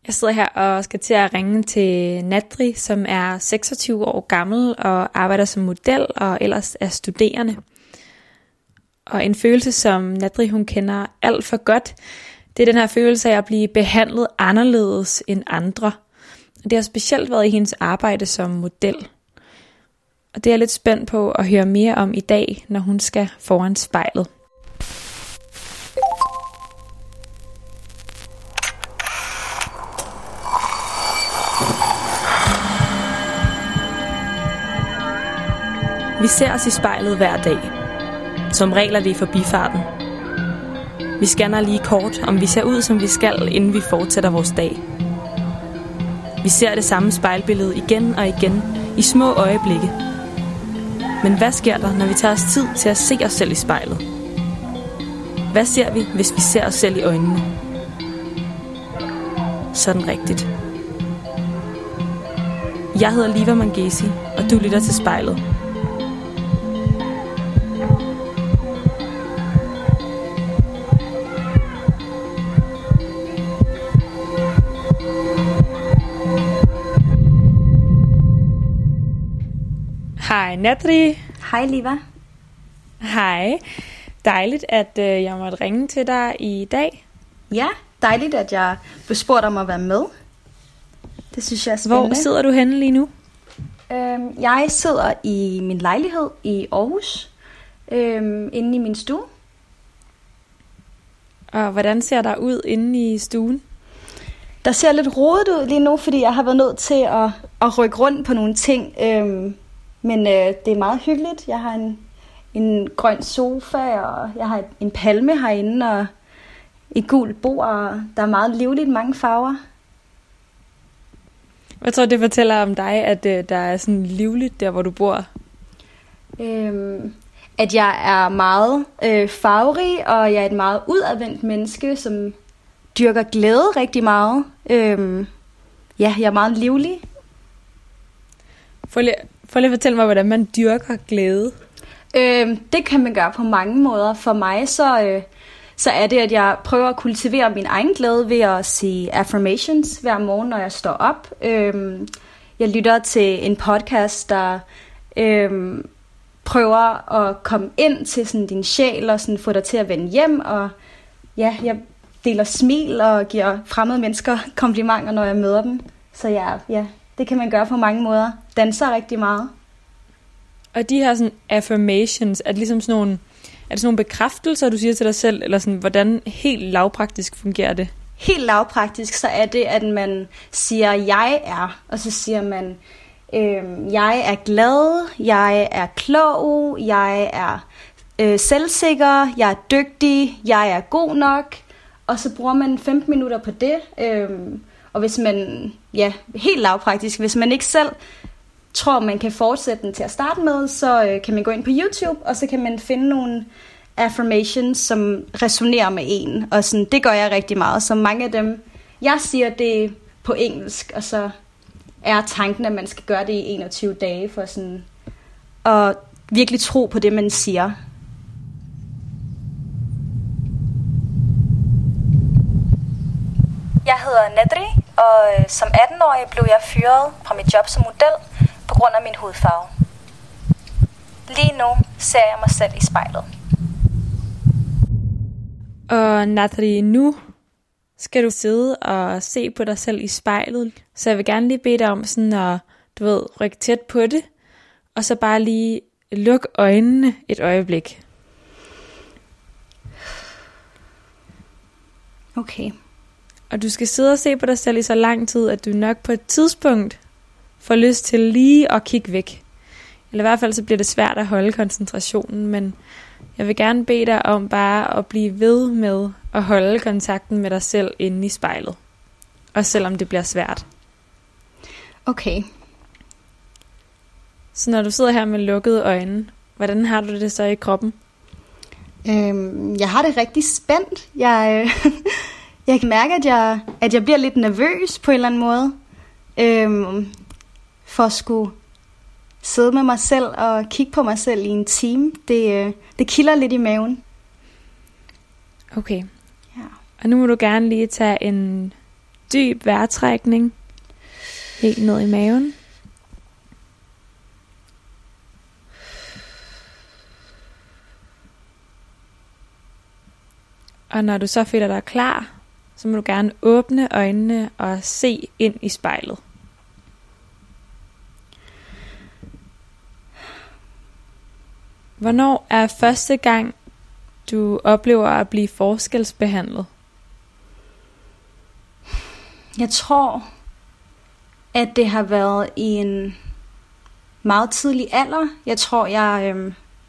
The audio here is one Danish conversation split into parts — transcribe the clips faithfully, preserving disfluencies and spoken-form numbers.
Jeg sidder her og skal til at ringe til Nadri, som er seksogtyve år gammel og arbejder som model og ellers er studerende. Og en følelse, som Nadri hun kender alt for godt, det er den her følelse af at blive behandlet anderledes end andre. Og det har specielt været i hendes arbejde som model. Og det er jeg lidt spændt på at høre mere om i dag, når hun skal foran spejlet. Vi ser os i spejlet hver dag. Som regel er det i forbifarten. Vi scanner lige kort, om vi ser ud, som vi skal, inden vi fortsætter vores dag. Vi ser det samme spejlbillede igen og igen, i små øjeblikke. Men hvad sker der, når vi tager os tid til at se os selv i spejlet? Hvad ser vi, hvis vi ser os selv i øjnene? Sådan rigtigt. Jeg hedder Liva Mangesi, og du lytter til Spejlet. Hej Nadri. Hej Liva. Hej. Dejligt, at øh, jeg måtte ringe til dig i dag. Ja, dejligt, at jeg blev spurgt om at være med. Det synes jeg er spændende. Hvor sidder du henne lige nu? Øhm, jeg sidder i min lejlighed i Aarhus, øhm, inde i min stue. Og hvordan ser der ud inde i stuen? Der ser lidt rodet ud lige nu, fordi jeg har været nødt til at, at rykke rundt på nogle ting. Øhm, men øh, det er meget hyggeligt. Jeg har en, en grøn sofa, og jeg har en palme herinde, og et gult bord, og der er meget livligt, mange farver. Hvad tror du, det fortæller om dig, at øh, der er sådan livligt der, hvor du bor? Øhm, at jeg er meget øh, farverig, og jeg er et meget udadvendt menneske, som dyrker glæde rigtig meget. Øhm, ja, jeg er meget livlig. Prøv lige, prøv lige at fortælle mig, hvordan man dyrker glæde. Øhm, det kan man gøre på mange måder. For mig så, øh, så er det, at jeg prøver at kultivere min egen glæde ved at sige affirmations hver morgen, når jeg står op. Øhm, jeg lytter til en podcast, der øhm, prøver at komme ind til sådan din sjæl og sådan få dig til at vende hjem. Og ja, jeg deler smil og giver fremmede mennesker komplimenter, når jeg møder dem. Så ja, ja, det kan man gøre på mange måder. Danser rigtig meget. Og de her sådan affirmations, er det ligesom sådan nogle, er det sådan nogle bekræftelser, du siger til dig selv, eller sådan, hvordan helt lavpraktisk fungerer det? Helt lavpraktisk, så er det, at man siger, jeg er, og så siger man, øh, jeg er glad, jeg er klog, jeg er øh, selvsikker, jeg er dygtig, jeg er god nok, og så bruger man femten minutter på det. Øh, og hvis man, ja, helt lavpraktisk, hvis man ikke selv tror, man kan fortsætte den til at starte med, så øh, kan man gå ind på YouTube, og så kan man finde nogle affirmations, som resonerer med en. Og sådan, det gør jeg rigtig meget. Så mange af dem, jeg siger, det er på engelsk, og så er tanken, at man skal gøre det i enogtyve dage, for sådan at virkelig tro på det, man siger. Jeg hedder Nadri, og som atten-årig blev jeg fyret fra mit job som model på grund af min hudfarve. Lige nu ser jeg mig selv i spejlet. Og Nadri, nu skal du sidde og se på dig selv i spejlet. Så jeg vil gerne lige bede dig om sådan at, du ved, rykke tæt på det, og så bare lige luk øjnene et øjeblik. Okay. Og du skal sidde og se på dig selv i så lang tid, at du nok på et tidspunkt får lyst til lige at kigge væk. Eller i hvert fald så bliver det svært at holde koncentrationen, men jeg vil gerne bede dig om bare at blive ved med at holde kontakten med dig selv inde i spejlet. Også selvom det bliver svært. Okay. Så når du sidder her med lukkede øjne, hvordan har du det så i kroppen? Øhm, jeg har det rigtig spændt. Jeg, øh, jeg kan mærke, at jeg, at jeg bliver lidt nervøs på en eller anden måde. Øhm, for at skulle sidde med mig selv og kigge på mig selv i en time. Det, øh, det kilder lidt i maven. Okay. Ja. Og nu må du gerne lige tage en dyb vejrtrækning helt ned i maven. Og når du så føler dig klar, så må du gerne åbne øjnene og se ind i spejlet. Hvornår er første gang, du oplever at blive forskelsbehandlet? Jeg tror, at det har været i en meget tidlig alder. Jeg tror, jeg... Øh...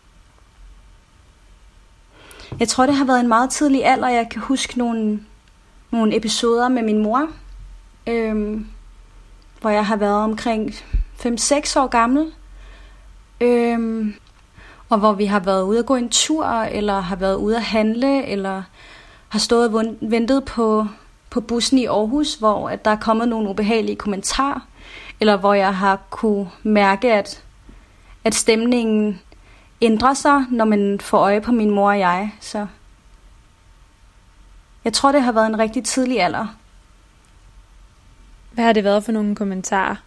Jeg tror, det har været en meget tidlig alder. Jeg kan huske nogle, nogle episoder med min mor, øhm, hvor jeg har været omkring fem seks år gammel. Øhm, og hvor vi har været ude at gå en tur, eller har været ude at handle, eller har stået og ventet på, på bussen i Aarhus, hvor at der er kommet nogle ubehagelige kommentarer, eller hvor jeg har kunne mærke, at, at stemningen ændrer sig, når man får øje på min mor og jeg. Så jeg tror, det har været en rigtig tidlig alder. Hvad har det været for nogle kommentarer?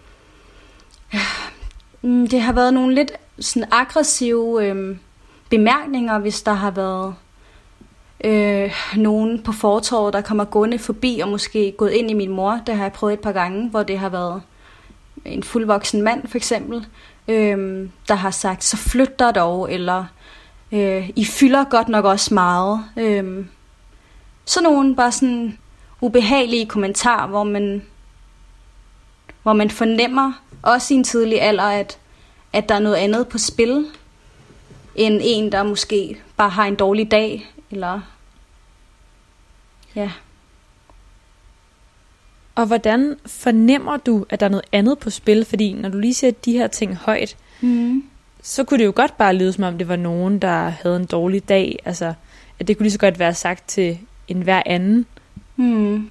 Det har været nogle lidt sådan aggressive øh, bemærkninger, hvis der har været øh, nogen på fortovet, der kommer gående forbi og måske gået ind i min mor. Det har jeg prøvet et par gange, hvor det har været en fuldvoksen mand for eksempel, øh, der har sagt, så flyt dig dog, eller øh, I fylder godt nok også meget. Øh, sådan nogle bare sådan ubehagelige kommentarer, hvor man, hvor man fornemmer, også i en tidlig alder, at, at der er noget andet på spil, end en, der måske bare har en dårlig dag, eller ja. Og hvordan fornemmer du, at der er noget andet på spil? Fordi når du lige siger de her ting højt, mm. så kunne det jo godt bare lyde, som om det var nogen, der havde en dårlig dag. Altså, at det kunne lige så godt være sagt til enhver anden. Mm.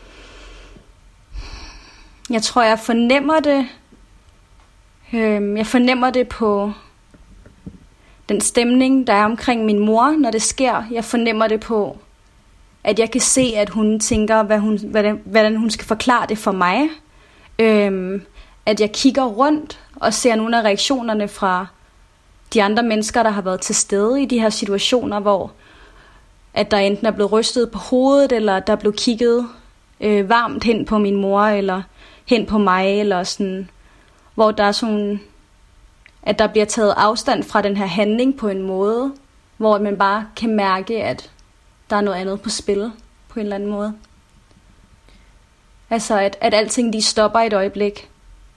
Jeg tror, jeg fornemmer det. Øhm, jeg fornemmer det på den stemning, der er omkring min mor, når det sker. Jeg fornemmer det på, at jeg kan se, at hun tænker, hvad hun, hvordan, hvordan hun skal forklare det for mig. Øhm, at jeg kigger rundt og ser nogle af reaktionerne fra de andre mennesker, der har været til stede i de her situationer, hvor at der enten er blevet rystet på hovedet, eller der er blevet kigget øh, varmt hen på min mor, eller hen på mig, eller sådan, hvor der er sådan, at der bliver taget afstand fra den her handling på en måde, hvor man bare kan mærke, at der er noget andet på spil på en eller anden måde. Altså, at, at alting lige stopper et øjeblik.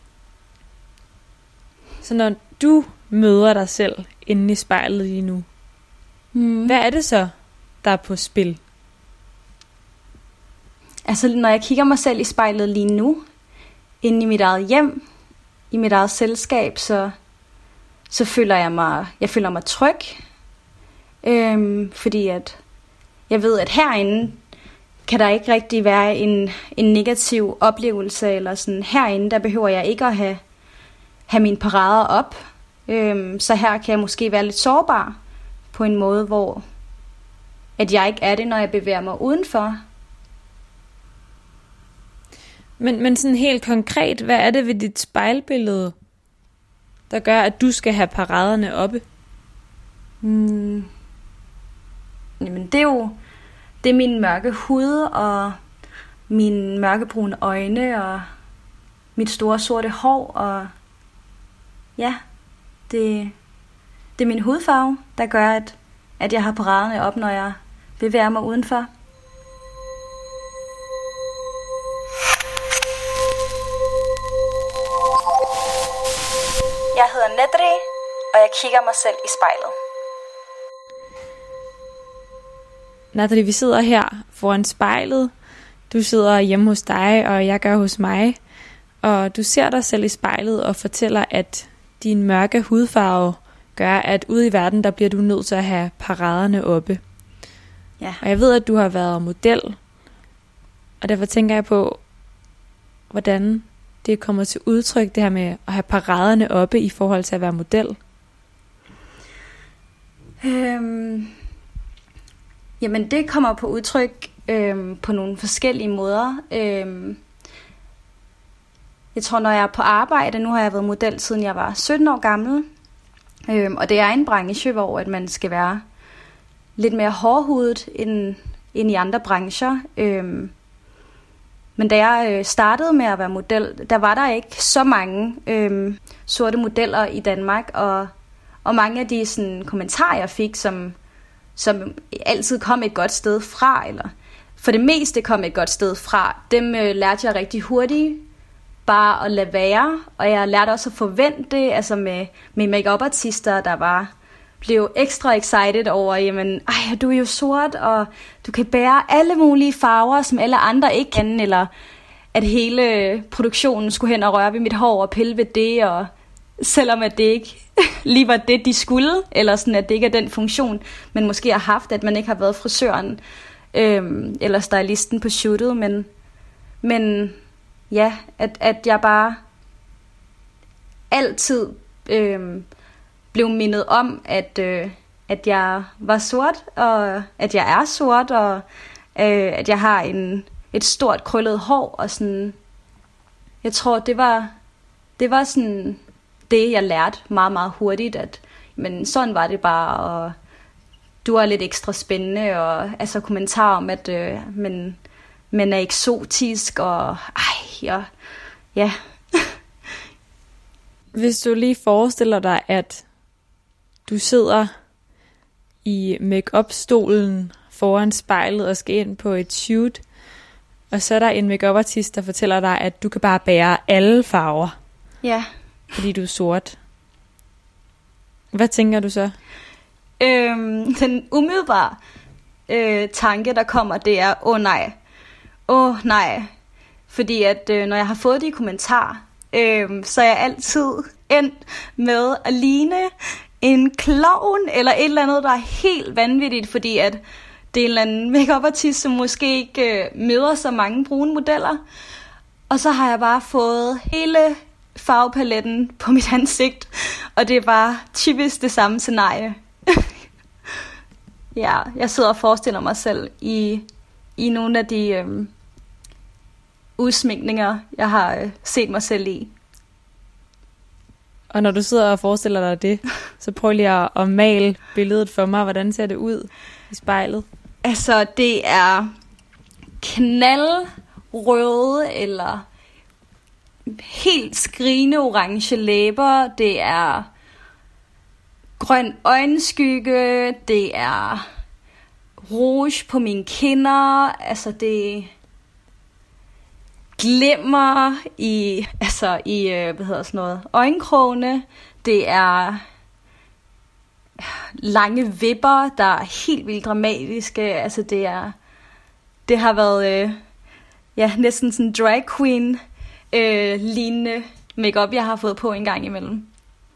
Så når du møder dig selv inde i spejlet lige nu, mm. hvad er det så, der er på spil? Altså, når jeg kigger mig selv i spejlet lige nu, inde i mit eget hjem, i mit eget selskab, så, så føler jeg mig, jeg føler mig tryg. Øhm, fordi at jeg ved, at herinde kan der ikke rigtig være en, en negativ oplevelse, eller sådan, herinde, der behøver jeg ikke at have, have mine parader op. Øhm, så her kan jeg måske være lidt sårbar på en måde, hvor at jeg ikke er det, når jeg bevæger mig udenfor. Men, men sådan helt konkret, hvad er det ved dit spejlbillede, der gør, at du skal have paraderne oppe? Hmm. Jamen det er jo det er min mørke hud og mine mørkebrune øjne og mit store sorte hår, og ja, det, det er min hudfarve, der gør, at, at jeg har paraderne op, når jeg bevæger mig udenfor. Jeg hedder Nedri, og jeg kigger mig selv i spejlet. Nathalie, vi sidder her foran spejlet. Du sidder hjemme hos dig, og jeg gør hos mig. Og du ser dig selv i spejlet og fortæller, at din mørke hudfarve gør, at ude i verden, der bliver du nødt til at have paraderne oppe. Ja. Og jeg ved, at du har været model. Og derfor tænker jeg på, hvordan det kommer til udtryk, det her med at have paraderne oppe i forhold til at være model. Øhm... Jamen det kommer på udtryk øh, på nogle forskellige måder. Øh, jeg tror, når jeg er på arbejde, nu har jeg været model siden jeg var sytten år gammel, øh, og det er en branche, hvor at man skal være lidt mere hårdhudet end, end i andre brancher. Øh, Men da jeg startede med at være model, der var der ikke så mange øhm, sorte modeller i Danmark, og, og mange af de sådan, kommentarer, jeg fik, som, som altid kom et godt sted fra, eller for det meste kom et godt sted fra, dem øh, lærte jeg rigtig hurtigt bare at lade være, og jeg lærte også at forvente det, altså med, med make-up-artister, der var blev ekstra excited over, jamen, ej, du er jo sort, og du kan bære alle mulige farver, som alle andre ikke kan, eller at hele produktionen skulle hen og røre ved mit hår og pille ved det, og selvom at det ikke lige var det, de skulle, eller sådan, at det ikke er den funktion, man måske har haft, at man ikke har været frisøren, øhm, eller stylisten på shootet, men, men ja, at, at jeg bare altid øhm, blev mindet om, at, øh, at jeg var sort, og at jeg er sort, og øh, at jeg har en, et stort krøllet hår, og sådan, jeg tror, det var, det var sådan det, jeg lærte meget, meget hurtigt, at men sådan var det bare, og du er lidt ekstra spændende, og altså kommentarer om, at øh, men, men er eksotisk, og ej, ja, ja. Hvis du lige forestiller dig, at du sidder i make-up-stolen foran spejlet og skal ind på et shoot, og så er der en make-up-artist, der fortæller dig, at du kan bare bære alle farver, ja, fordi du er sort. Hvad tænker du så? Øhm, den umiddelbare øh, tanke, der kommer, det er, åh oh, nej, åh oh, nej. Fordi at øh, når jeg har fået de kommentarer, øh, så er jeg altid endt med at ligne en klovn, eller et eller andet, der er helt vanvittigt, fordi at det er en eller anden make-up-artist, som måske ikke øh, møder så mange brune modeller. Og så har jeg bare fået hele farvepaletten på mit ansigt, og det er bare typisk det samme scenarie. Ja, jeg sidder og forestiller mig selv i, i nogle af de øh, udsmykninger, jeg har øh, set mig selv i. Og når du sidder og forestiller dig det, så prøv lige at, at male billedet for mig. Hvordan ser det ud i spejlet? Altså, det er knaldrøde eller helt skrigende orange læber. Det er grøn øjenskygge. Det er rouge på mine kinder. Altså, det glimmer i, altså i, hvad hedder sådan noget, øjenkrogene. Det er lange vipper, der er helt vildt dramatiske. Altså det er, det har været, øh, ja, næsten sådan drag queen øh, lignende makeup, jeg har fået på en gang imellem.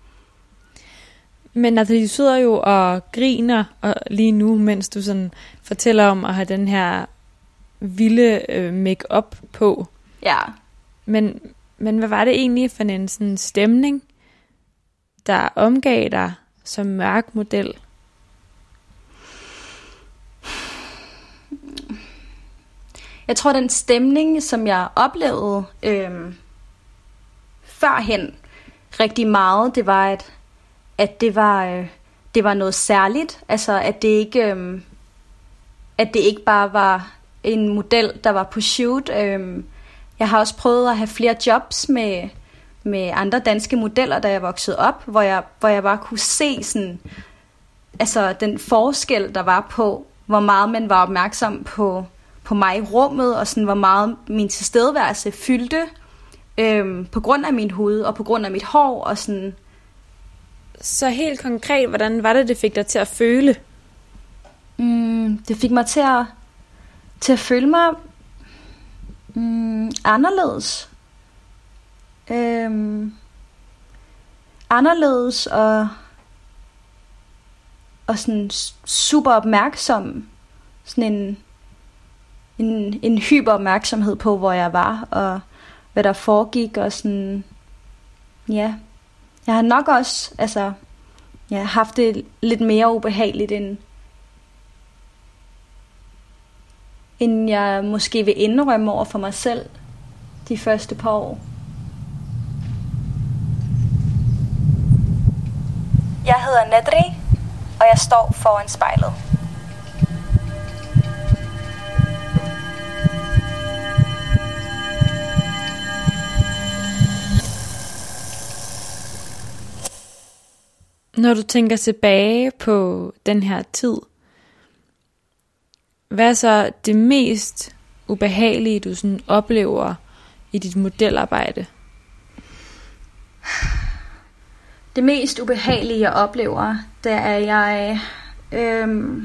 Men altså, du sidder jo og griner og lige nu, mens du sådan fortæller om at have den her vilde øh, make-up på. Ja. Men, men hvad var det egentlig for en sådan stemning, der omgav dig som mørk model? Jeg tror, den stemning, som jeg oplevede øh, førhen rigtig meget, det var, at, at det, var, øh, det var noget særligt. Altså, at det ikke, øh, at det ikke bare var en model, der var på shoot. Øh, Jeg har også prøvet at have flere jobs med, med andre danske modeller, da jeg voksede op, hvor jeg, hvor jeg bare kunne se sådan, altså den forskel, der var på, hvor meget man var opmærksom på, på mig i rummet, og sådan, hvor meget min tilstedeværelse fyldte, øhm, på grund af min hud, og på grund af mit hår, og sådan. Så helt konkret, hvordan var det, det fik dig til at føle? Mm, det fik mig til at, til at føle mig Mm, anderledes. Øhm, anderledes og, og sådan super opmærksom. Sådan en, en, en hyperopmærksomhed på, hvor jeg var, og hvad der foregik, og sådan, ja. Jeg har nok også, altså, ja, haft det lidt mere ubehageligt, end, end jeg måske vil indrømme over for mig selv de første par år. Jeg hedder Nadri, og jeg står foran spejlet. Når du tænker tilbage på den her tid, hvad er så det mest ubehagelige, du sådan oplever i dit modelarbejde? Det mest ubehagelige, jeg oplever, det er jeg øhm,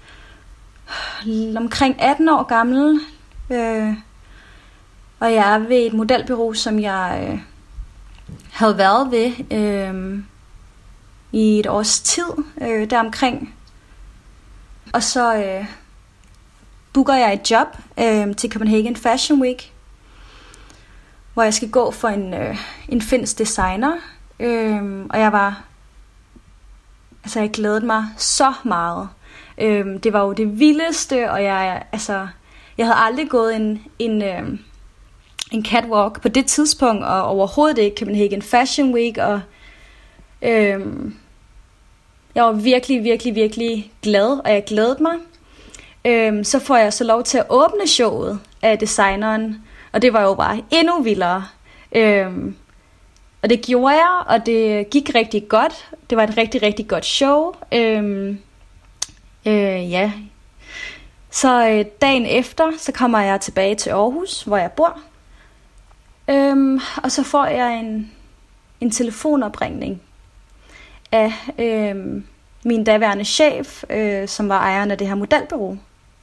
omkring atten år gammel, øh, og jeg er ved et modelbureau, som jeg øh, havde været ved øh, i et års tid øh, deromkring. Og så øh, booker jeg et job øh, til Copenhagen Fashion Week, hvor jeg skal gå for en, øh, en finsk designer. Øh, og jeg var, altså jeg glædede mig så meget. Øh, det var jo det vildeste, og jeg, altså, jeg havde aldrig gået en, en, øh, en catwalk på det tidspunkt, og overhovedet ikke Copenhagen Fashion Week, og øh, jeg var virkelig, virkelig, virkelig glad, og jeg glædede mig. Øhm, så får jeg så lov til at åbne showet af designeren, og det var jo bare endnu vildere. Øhm, og det gjorde jeg, og det gik rigtig godt. Det var et rigtig, rigtig godt show. Øhm, øh, ja. Så øh, dagen efter, så kommer jeg tilbage til Aarhus, hvor jeg bor. Øhm, og så får jeg en, en telefonopringning af øh, min daværende chef, øh, som var ejeren af det her modelbureau.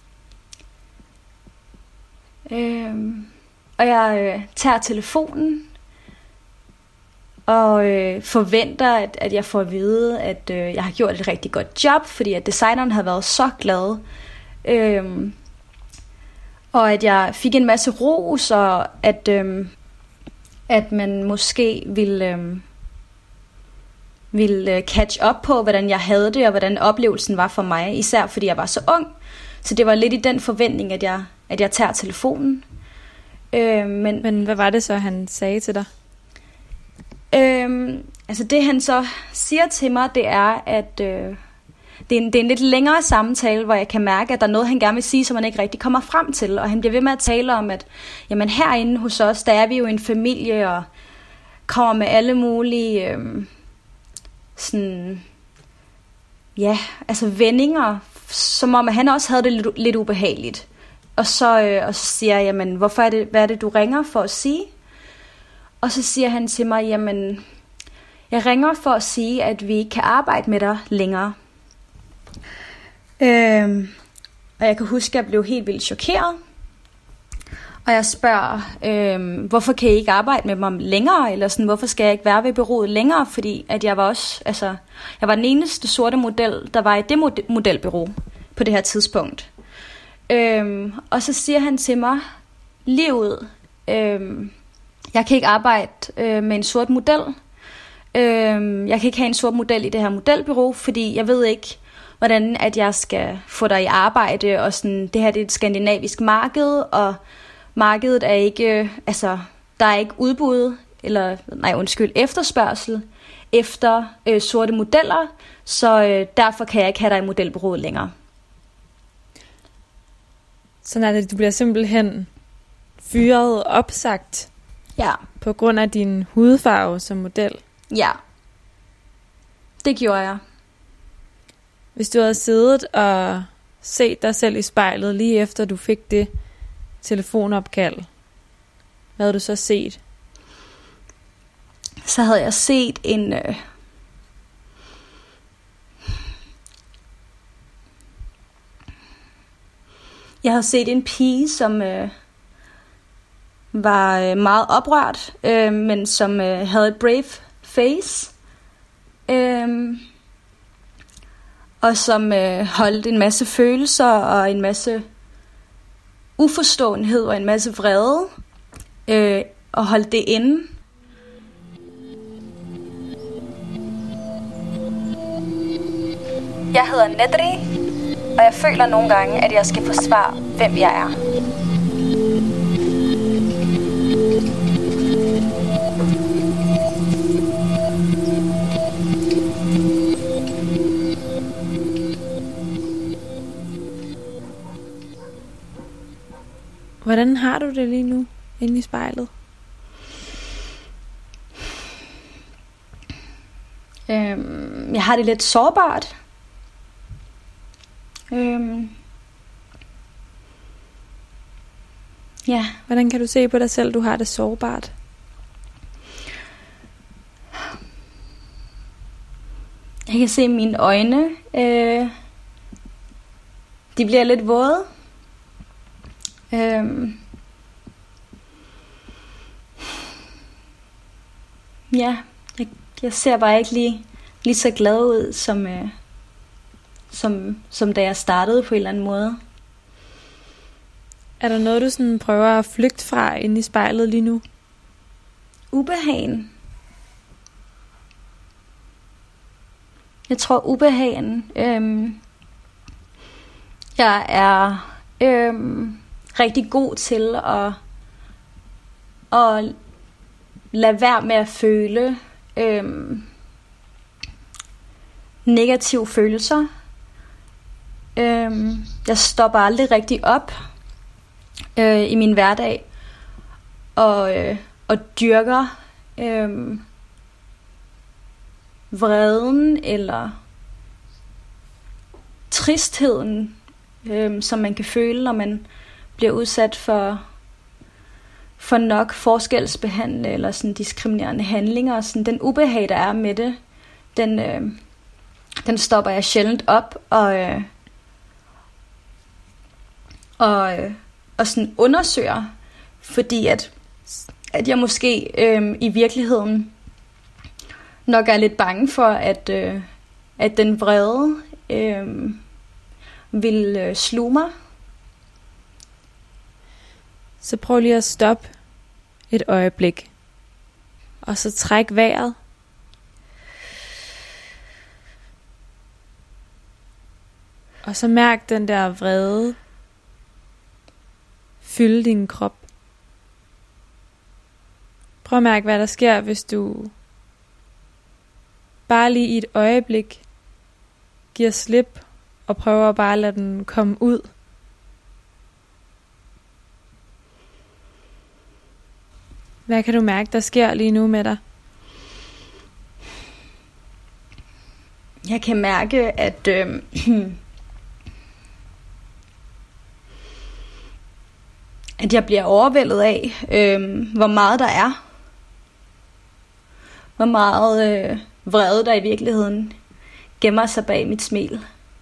Øh, og jeg øh, tager telefonen og øh, forventer, at, at jeg får at vide, at øh, jeg har gjort et rigtig godt job, fordi at designeren havde været så glad. Øh, og at jeg fik en masse ros, og at, øh, at man måske ville... Øh, ville catch up på, hvordan jeg havde det, og hvordan oplevelsen var for mig, især fordi jeg var så ung. Så det var lidt i den forventning, at jeg, at jeg tager telefonen. Øh, men, men hvad var det så, han sagde til dig? Øh, altså det, han så siger til mig, det er, at øh, det, er en, det er en lidt længere samtale, hvor jeg kan mærke, at der er noget, han gerne vil sige, som han ikke rigtig kommer frem til. Og han bliver ved med at tale om, at jamen, herinde hos os, der er vi jo en familie, og kommer med alle mulige... Øh, sådan, ja, altså vendinger, som om at han også havde det lidt, lidt ubehageligt. Og så, øh, og så siger jeg, jamen, hvorfor er det, hvad er det, du ringer for at sige? Og så siger han til mig, jamen, jeg ringer for at sige, at vi ikke kan arbejde med dig længere. Øhm, og jeg kan huske, at jeg blev helt vildt chokeret. Og jeg spørger, øh, hvorfor kan I ikke arbejde med mig længere? Eller sådan, hvorfor skal jeg ikke være ved bureauet længere? Fordi at jeg var også, altså, jeg var den eneste sorte model, der var i det mod- modelbureau på det her tidspunkt. Øh, og så siger han til mig, lige ud, øh, jeg kan ikke arbejde øh, med en sort model. Øh, jeg kan ikke have en sort model i det her modelbureau, fordi jeg ved ikke, hvordan at jeg skal få dig i arbejde. Og sådan, det her det er et skandinavisk marked, og markedet er ikke, altså, der er ikke udbud, eller, nej undskyld, efterspørgsel efter øh, sorte modeller, så øh, derfor kan jeg ikke have dig i modelbureauet længere. Sådan er det, du bliver simpelthen fyret, opsagt, ja, på grund af din hudfarve som model. Ja, det gjorde jeg. Hvis du havde siddet og set dig selv i spejlet lige efter du fik det telefonopkald, hvad havde du så set? Så havde jeg set en øh, jeg havde set en pige, som øh, var øh, meget oprørt, øh, men som øh, havde et brave face, øh, og som øh, holdt en masse følelser og en masse uforståenhed og en masse vrede, øh, og holdt det inde. Jeg hedder Nadri, Og jeg føler nogle gange, at jeg skal forsvare, hvem jeg er. Hvordan har du det lige nu, inde i spejlet? Øhm, jeg har det lidt sårbart. Øhm, ja. Hvordan kan du se på dig selv, du har det sårbart? Jeg kan se mine øjne. Øh, de bliver lidt våde. Øhm, ja, jeg, jeg ser bare ikke lige, lige så glad ud, som, øh, som, som da jeg startede på en eller anden måde. Er der noget, du sådan prøver at flygte fra inde i spejlet lige nu? Ubehagen. Jeg tror ubehagen. Øhm, jeg er øhm, rigtig god til at, at lade være med at føle øhm, negative følelser. Øhm, jeg stopper aldrig rigtig op øh, i min hverdag og, øh, og dyrker øh, vreden eller tristheden, øh, som man kan føle, når man bliver udsat for for nok forskelsbehandle eller sådan diskriminerende handlinger. Sådan, den ubehag, der er med det, den, øh, den stopper jeg sjældent op og øh, og, øh, og sådan undersøger, fordi at, at jeg måske øh, i virkeligheden nok er lidt bange for, at, øh, at den vrede øh, vil øh, sluge mig. Så prøv lige at stoppe et øjeblik, og så træk vejret. Og så mærk den der vrede fylde din krop. Prøv at mærke, hvad der sker, hvis du bare lige i et øjeblik giver slip og prøver bare at lade den komme ud. Hvad kan du mærke, der sker lige nu med dig? Jeg kan mærke, at øh, at jeg bliver overvældet af, øh, hvor meget der er. Hvor meget øh, vrede der i virkeligheden gemmer sig bag mit smil.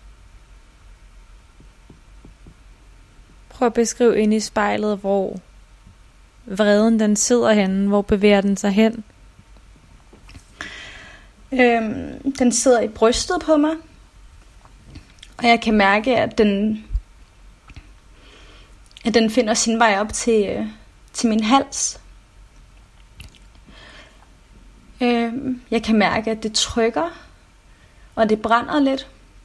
Prøv at beskrive ind i spejlet, hvor vreden den sidder henne. Hvor bevæger den sig hen? Øhm, den sidder i brystet på mig. Og jeg kan mærke, at den, at den finder sin vej op til, øh, til min hals. Øhm, jeg kan mærke, at det trykker. Og det brænder lidt.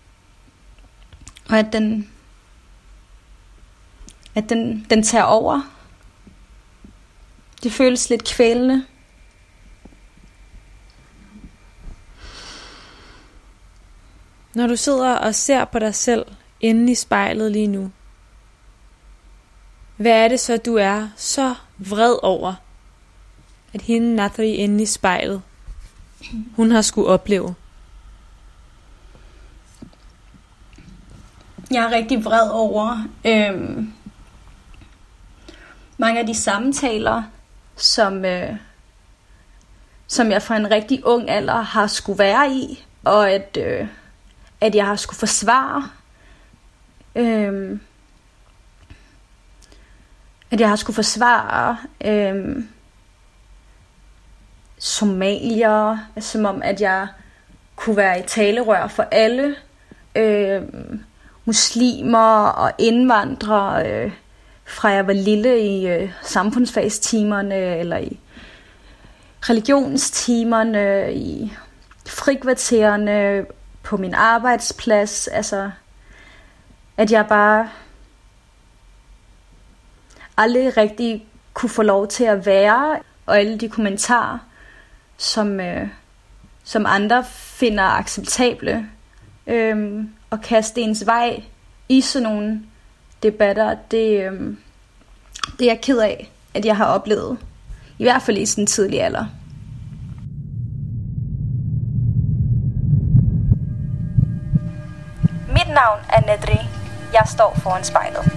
Og at den, at den, den tager over. Det føles lidt kvælende. Når du sidder og ser på dig selv inde i spejlet lige nu, hvad er det så, du er så vred over, at hende Nathalie inde i spejlet, hun har skulle opleve? Jeg er rigtig vred over øhm, mange af de samtaler, som, øh, som jeg fra en rigtig ung alder har skulle være i, og at, øh, at jeg har skulle forsvare, øh, at jeg har skulle forsvare øh, somalier, som om at jeg kunne være et talerør for alle øh, muslimer og indvandrere, øh, fra jeg var lille i øh, samfundsfagstimerne, eller i religionstimerne, i frikvartererne, på min arbejdsplads. Altså, at jeg bare aldrig rigtig kunne få lov til at være, og alle de kommentarer, som, øh, som andre finder acceptable, øh, og kaste ens vej i sådan nogle debatter, det, øh, det er jeg ked af, at jeg har oplevet, i hvert fald i sådan en tidlig alder. Mit navn er Nadri. Jeg står foran spejlet.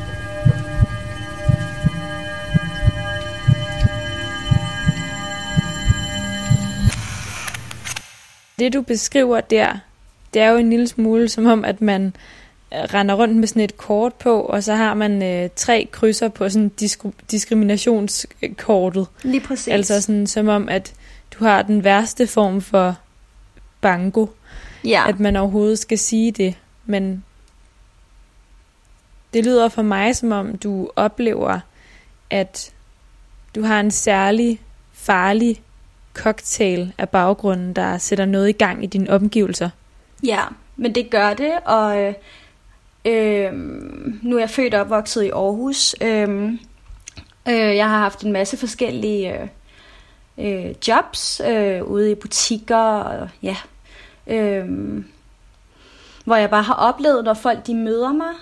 Det du beskriver der, det er jo en lille smule som om, at man render rundt med sådan et kort på, og så har man øh, tre krydser på sådan disk- diskriminationskortet. Lige præcis. Altså sådan som om, at du har den værste form for bango. Ja. At man overhovedet skal sige det. Men det lyder for mig som om, du oplever, at du har en særlig farlig cocktail af baggrunden, der sætter noget i gang i dine omgivelser. Ja, men det gør det, og øh, øh, nu er jeg født og opvokset i Aarhus. Øh, øh, jeg har haft en masse forskellige øh, øh, jobs øh, ude i butikker, og ja, øh, hvor jeg bare har oplevet, når folk de møder mig,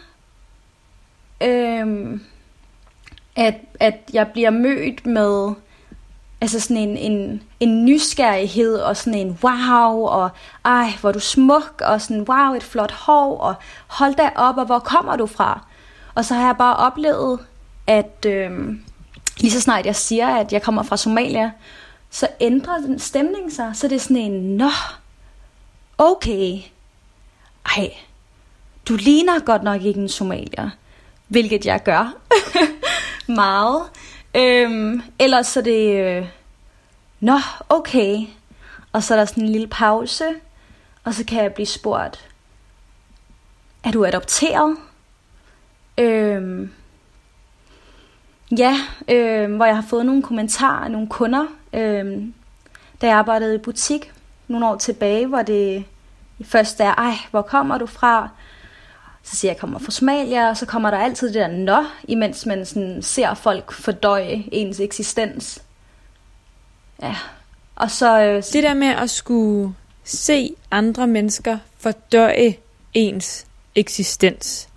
øh, at, at jeg bliver mødt med altså sådan en, en, en nysgerrighed og sådan en wow, og ej, hvor er du smuk, og sådan wow, et flot hår, og hold da op, og hvor kommer du fra? Og så har jeg bare oplevet, at øh, lige så snart jeg siger, at jeg kommer fra Somalia, så ændrer den stemning sig, så det er sådan en, nå, okay, ej, du ligner godt nok ikke en somalier, hvilket jeg gør meget. Øhm, ellers så det øh, nå, okay. Og så er der sådan en lille pause, og så kan jeg blive spurgt, er du adopteret? Øhm, ja, øh, hvor jeg har fået nogle kommentarer af nogle kunder, øh, da jeg arbejdede i butik nogle år tilbage, hvor det først er, ej, hvor kommer du fra? Så siger jeg, jeg kommer fra Somalia, og så kommer der altid det der nå, imens man sådan ser folk fordøje ens eksistens. Ja, og så... Øh, det der med at skulle se andre mennesker fordøje ens eksistens.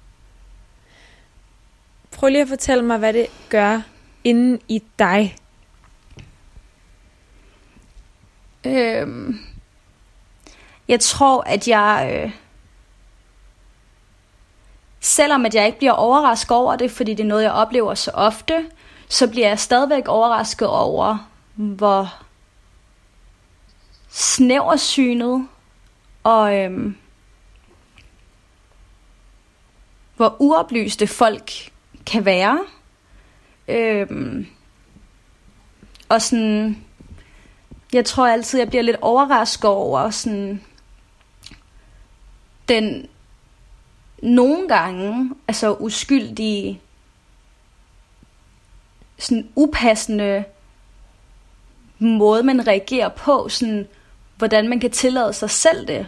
Prøv lige at fortælle mig, hvad det gør inden i dig. Øh, jeg tror, at jeg... Øh, Selvom at jeg ikke bliver overrasket over det, fordi det er noget, jeg oplever så ofte, så bliver jeg stadigvæk overrasket over, hvor snæversynet og øhm, hvor uoplyste folk kan være. Øhm, og sådan, jeg tror altid, jeg bliver lidt overrasket over sådan den nogle gange, altså uskyldige, sådan upassende måde, man reagerer på, sådan, hvordan man kan tillade sig selv det.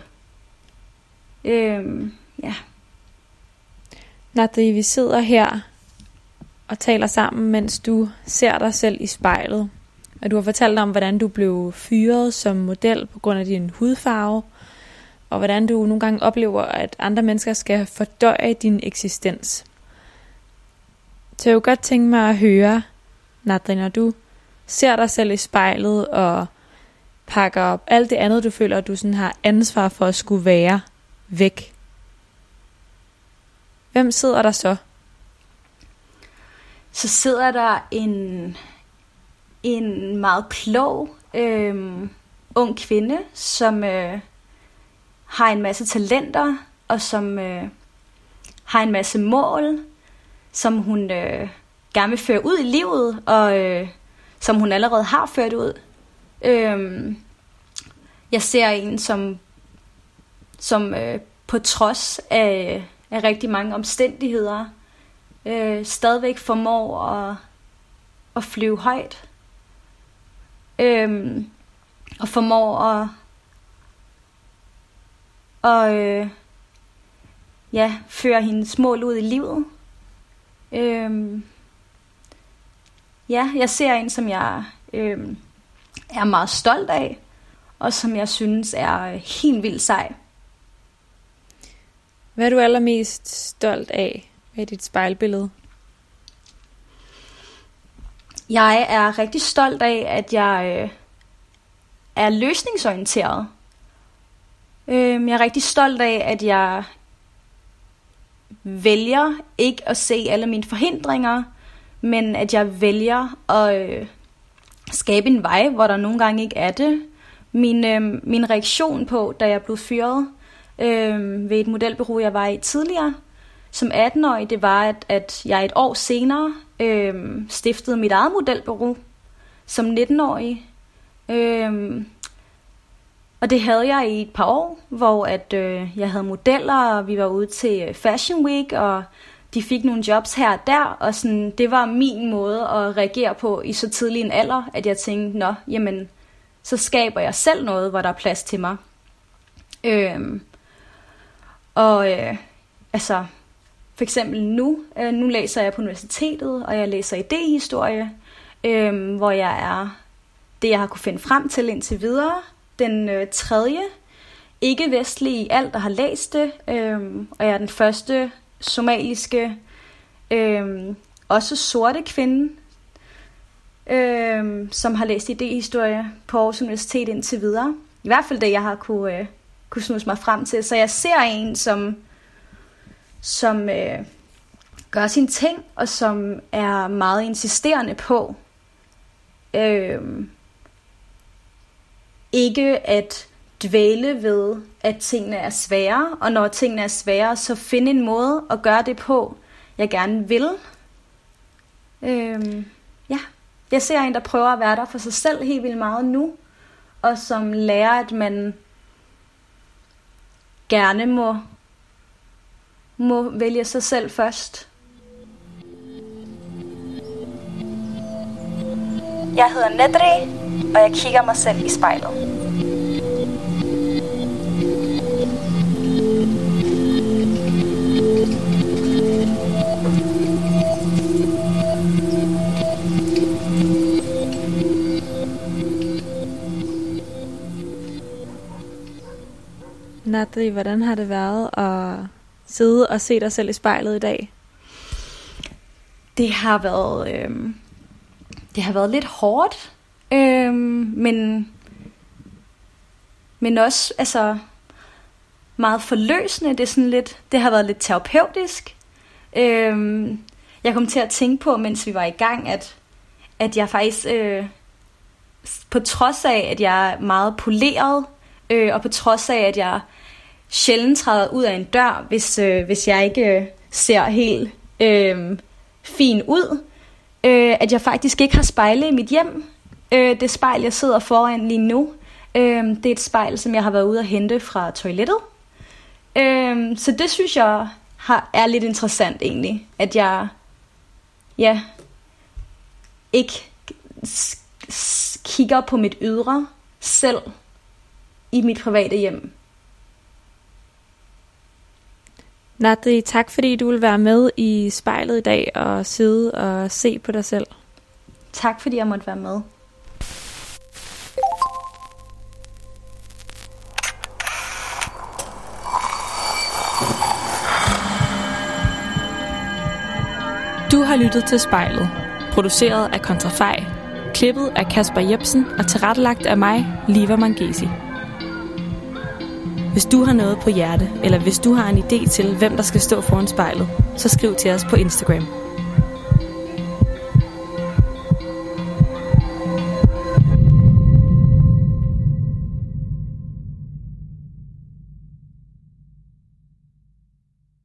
Øhm, ja. Nadri, vi sidder her og taler sammen, mens du ser dig selv i spejlet. Og du har fortalt om, hvordan du blev fyret som model på grund af din hudfarve, og hvordan du nogle gange oplever, at andre mennesker skal fordøje din eksistens. Så jeg kunne godt tænke mig at høre, Nadri, når du ser dig selv i spejlet og pakker op alt det andet, du føler, at du sådan har ansvar for at skulle være væk. Hvem sidder der så? Så sidder der en, en meget klog øh, ung kvinde, som... Øh, har en masse talenter, og som øh, har en masse mål, som hun øh, gerne vil føre ud i livet, og øh, som hun allerede har ført ud. Øh, jeg ser en, som, som øh, på trods af, af rigtig mange omstændigheder, øh, stadigvæk formår at, at flyve højt. Øh, og formår at Og øh, ja, føre hendes mål ud i livet. Øhm, ja, jeg ser en, som jeg øhm, er meget stolt af, og som jeg synes er helt vildt sej. Hvad er du allermest stolt af med dit spejlbillede? Jeg er rigtig stolt af, at jeg øh, er løsningsorienteret. Øh, jeg er rigtig stolt af, at jeg vælger ikke at se alle mine forhindringer, men at jeg vælger at øh, skabe en vej, hvor der nogle gange ikke er det. Min, øh, min reaktion på, da jeg blev fyret øh, ved et modelbureau, jeg var i tidligere, som atten-årig, det var, at, at jeg et år senere øh, stiftede mit eget modelbureau som nitten-årig. Øh, og det havde jeg i et par år, hvor at, øh, jeg havde modeller, og vi var ude til Fashion Week, og de fik nogle jobs her og der, og sådan, det var min måde at reagere på i så tidlig en alder, at jeg tænkte, nå, jamen, så skaber jeg selv noget, hvor der er plads til mig. Øh, og øh, altså... For eksempel nu, øh, nu læser jeg på universitetet, og jeg læser idéhistorie, øh, hvor jeg er det, jeg har kunne finde frem til indtil videre. Den øh, tredje ikke-vestlige i alt, der har læst det, øh, og jeg er den første somaliske, øh, også sorte kvinde, øh, som har læst idéhistorie på Aarhus Universitet indtil videre. I hvert fald det, jeg har kunne, øh, kunne snuse mig frem til. Så jeg ser en, som... som øh, gør sine ting, og som er meget insisterende på øh, ikke at dvæle ved, at tingene er svære, og når tingene er svære, så finde en måde at gøre det på, jeg gerne vil. Øh, ja, jeg ser en, der prøver at være der for sig selv helt vildt meget nu, og som lærer, at man gerne må må vælge sig selv først. Jeg hedder Nedri, og jeg kigger mig selv i spejlet. Nedri, hvordan har det været at sidde og se dig selv i spejlet i dag? Det har været øh, det har været lidt hårdt, øh, men men også altså meget forløsende. Det er sådan lidt, det har været lidt terapeutisk. Øh, jeg kom til at tænke på, mens vi var i gang, at at jeg faktisk øh, på trods af, at jeg er meget poleret, øh, og på trods af, at jeg sjældent træder ud af en dør, hvis, øh, hvis jeg ikke øh, ser helt øh, fin ud. Øh, at jeg faktisk ikke har spejle i mit hjem. Øh, det spejl, jeg sidder foran lige nu, øh, det er et spejl, som jeg har været ude at hente fra toilettet. Øh, så det synes jeg har, er lidt interessant egentlig. At jeg ja, ikke s- s- kigger på mit ydre selv i mit private hjem. Nedri, tak fordi du vil være med i spejlet i dag og sidde og se på dig selv. Tak fordi jeg måtte være med. Du har lyttet til Spejlet, produceret af Kontrafej, klippet af Kasper Jepsen og tilrettelagt af mig, Liva Mangesi. Hvis du har noget på hjerte, eller hvis du har en idé til, hvem der skal stå foran spejlet, så skriv til os på Instagram.